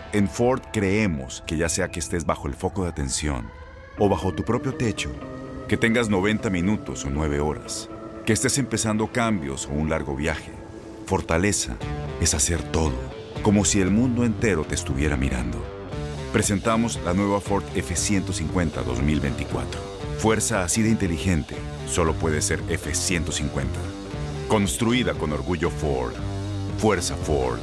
En Ford creemos que ya sea que estés bajo el foco de atención o bajo tu propio techo, que tengas 90 minutos o 9 horas, que estés empezando cambios o un largo viaje, fortaleza es hacer todo, como si el mundo entero te estuviera mirando. Presentamos la nueva Ford F-150 2024. Fuerza así de inteligente solo puede ser F-150. Construida con orgullo Ford. Fuerza Ford.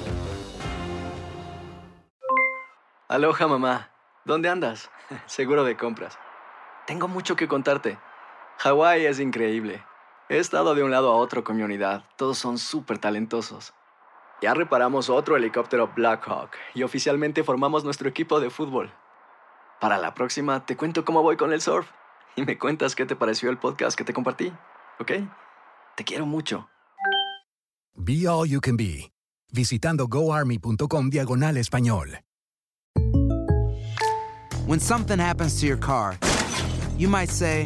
Aloha, mamá. ¿Dónde andas? Seguro de compras. Tengo mucho que contarte. Hawái es increíble. He estado de un lado a otro con mi unidad. Todos son súper talentosos. Ya reparamos otro helicóptero Blackhawk y oficialmente formamos nuestro equipo de fútbol. Para la próxima te cuento cómo voy con el surf y me cuentas qué te pareció el podcast que te compartí, ¿ok? Te quiero mucho. Be All You Can Be, visitando goarmy.com/español. When something happens to your car, you might say,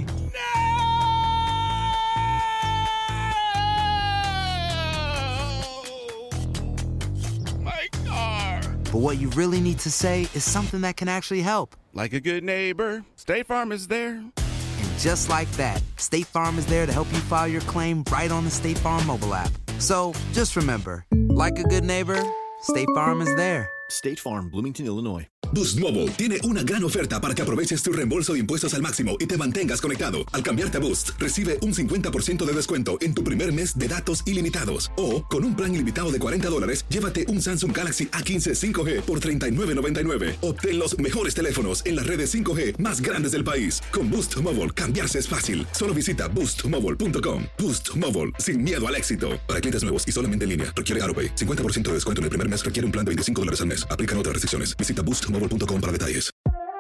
My car! but what you really need to say is something that can actually help. Like a good neighbor, State Farm is there. And just like that, State Farm is there to help you file your claim right on the State Farm mobile app. So just remember, like a good neighbor, State Farm is there. State Farm, Bloomington, Illinois. Boost Mobile tiene una gran oferta para que aproveches tu reembolso de impuestos al máximo y te mantengas conectado. Al cambiarte a Boost, recibe un 50% de descuento en tu primer mes de datos ilimitados. O, con un plan ilimitado de $40, llévate un Samsung Galaxy A15 5G por $39.99. Obtén los mejores teléfonos en las redes 5G más grandes del país. Con Boost Mobile, cambiarse es fácil. Solo visita boostmobile.com. Boost Mobile, sin miedo al éxito. Para clientes nuevos y solamente en línea, requiere AroPay. 50% de descuento en el primer mes requiere un plan de $25 al mes. Aplican otras restricciones. Visita boostmobile.com para detalles.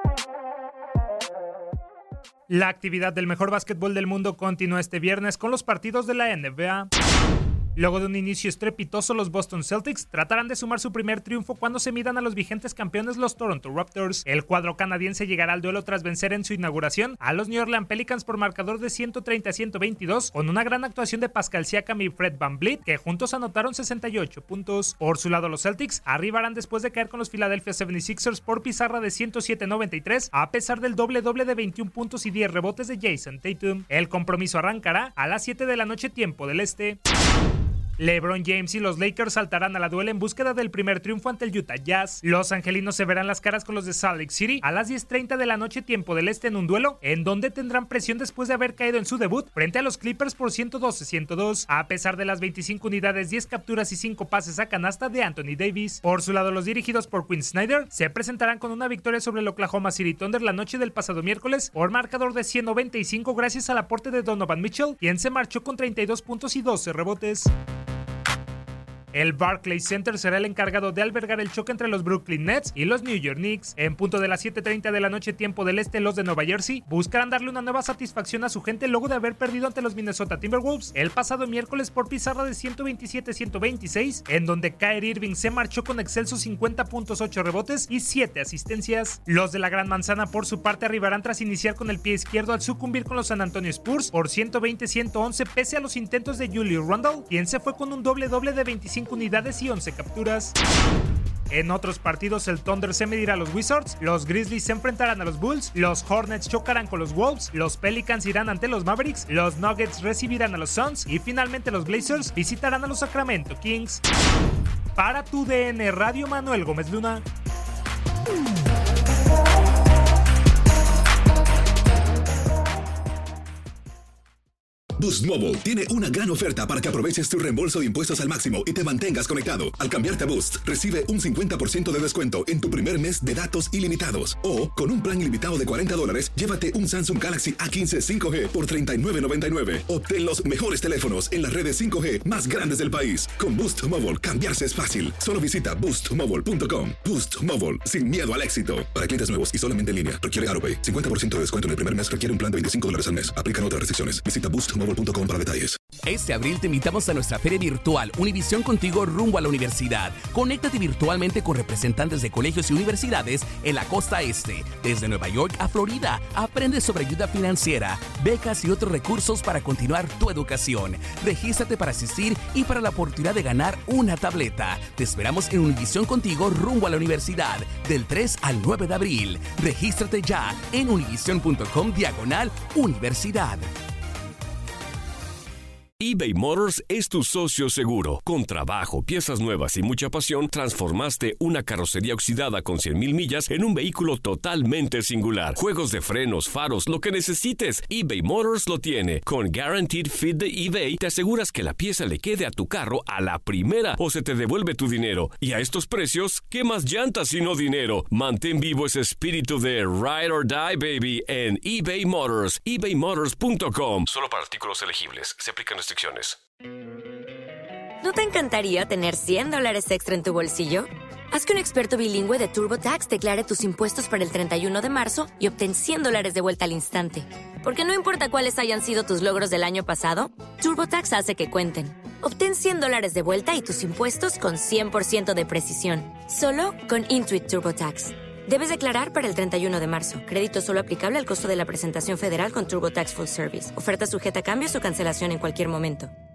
La actividad del mejor básquetbol del mundo continúa este viernes con los partidos de la NBA. Luego de un inicio estrepitoso, los Boston Celtics tratarán de sumar su primer triunfo cuando se midan a los vigentes campeones, los Toronto Raptors. El cuadro canadiense llegará al duelo tras vencer en su inauguración a los New Orleans Pelicans por marcador de 130-122, con una gran actuación de Pascal Siakam y Fred VanVleet, que juntos anotaron 68 puntos. Por su lado, los Celtics arribarán después de caer con los Philadelphia 76ers por pizarra de 107-93, a pesar del doble-doble de 21 puntos y 10 rebotes de Jason Tatum. El compromiso arrancará a las 7 de la noche, tiempo del este. LeBron James y los Lakers saltarán a la duela en búsqueda del primer triunfo ante el Utah Jazz. Los angelinos se verán las caras con los de Salt Lake City a las 10:30 de la noche, tiempo del este, en un duelo en donde tendrán presión después de haber caído en su debut frente a los Clippers por 112-102, a pesar de las 25 unidades, 10 capturas y 5 pases a canasta de Anthony Davis. Por su lado, los dirigidos por Quinn Snyder se presentarán con una victoria sobre el Oklahoma City Thunder la noche del pasado miércoles por marcador de 195 gracias al aporte de Donovan Mitchell, quien se marchó con 32 puntos y 12 rebotes. El Barclays Center será el encargado de albergar el choque entre los Brooklyn Nets y los New York Knicks. En punto de las 7:30 de la noche, tiempo del este, los de Nueva Jersey buscarán darle una nueva satisfacción a su gente luego de haber perdido ante los Minnesota Timberwolves el pasado miércoles por pizarra de 127-126, en donde Kyrie Irving se marchó con excelsos 50 puntos, 8 rebotes y 7 asistencias. Los de la Gran Manzana, por su parte, arribarán tras iniciar con el pie izquierdo al sucumbir con los San Antonio Spurs por 120-111, pese a los intentos de Julius Randle, quien se fue con un doble-doble de 25 unidades y 11 capturas. En otros partidos, el Thunder se medirá a los Wizards, los Grizzlies se enfrentarán a los Bulls, los Hornets chocarán con los Wolves, los Pelicans irán ante los Mavericks, los Nuggets recibirán a los Suns y finalmente los Blazers visitarán a los Sacramento Kings. Para tu DN Radio, Manuel Gómez Luna. Boost Mobile tiene una gran oferta para que aproveches tu reembolso de impuestos al máximo y te mantengas conectado. Al cambiarte a Boost, recibe un 50% de descuento en tu primer mes de datos ilimitados. O, con un plan ilimitado de $40, llévate un Samsung Galaxy A15 5G por $39.99. Obtén los mejores teléfonos en las redes 5G más grandes del país. Con Boost Mobile, cambiarse es fácil. Solo visita boostmobile.com. Boost Mobile, sin miedo al éxito. Para clientes nuevos y solamente en línea, requiere AroPay. 50% de descuento en el primer mes requiere un plan de $25 al mes. Aplican otras restricciones. Visita boostmobile.com univision.com para detalles. Este abril te invitamos a nuestra feria virtual Univisión Contigo rumbo a la universidad. Conéctate virtualmente con representantes de colegios y universidades en la costa este, desde Nueva York a Florida. Aprende sobre ayuda financiera, becas y otros recursos para continuar tu educación. Regístrate para asistir y para la oportunidad de ganar una tableta. Te esperamos en Univisión Contigo rumbo a la universidad del 3 al 9 de abril. Regístrate ya en univision.com/universidad. eBay Motors es tu socio seguro. Con trabajo, piezas nuevas y mucha pasión, transformaste una carrocería oxidada con 100,000 millas en un vehículo totalmente singular. Juegos de frenos, faros, lo que necesites, eBay Motors lo tiene. Con Guaranteed Fit de eBay, te aseguras que la pieza le quede a tu carro a la primera o se te devuelve tu dinero. Y a estos precios, ¿qué más llantas sino dinero? Mantén vivo ese espíritu de Ride or Die, baby, en eBay Motors. ebaymotors.com. Solo para artículos elegibles. Se aplican restricciones. ¿No te encantaría tener $100 extra en tu bolsillo? Haz que un experto bilingüe de TurboTax declare tus impuestos para el 31 de marzo y obtén $100 de vuelta al instante. Porque no importa cuáles hayan sido tus logros del año pasado, TurboTax hace que cuenten. Obtén $100 de vuelta y tus impuestos con 100% de precisión. Solo con Intuit TurboTax. Debes declarar para el 31 de marzo. Crédito solo aplicable al costo de la presentación federal con TurboTax Full Service. Oferta sujeta a cambios o cancelación en cualquier momento.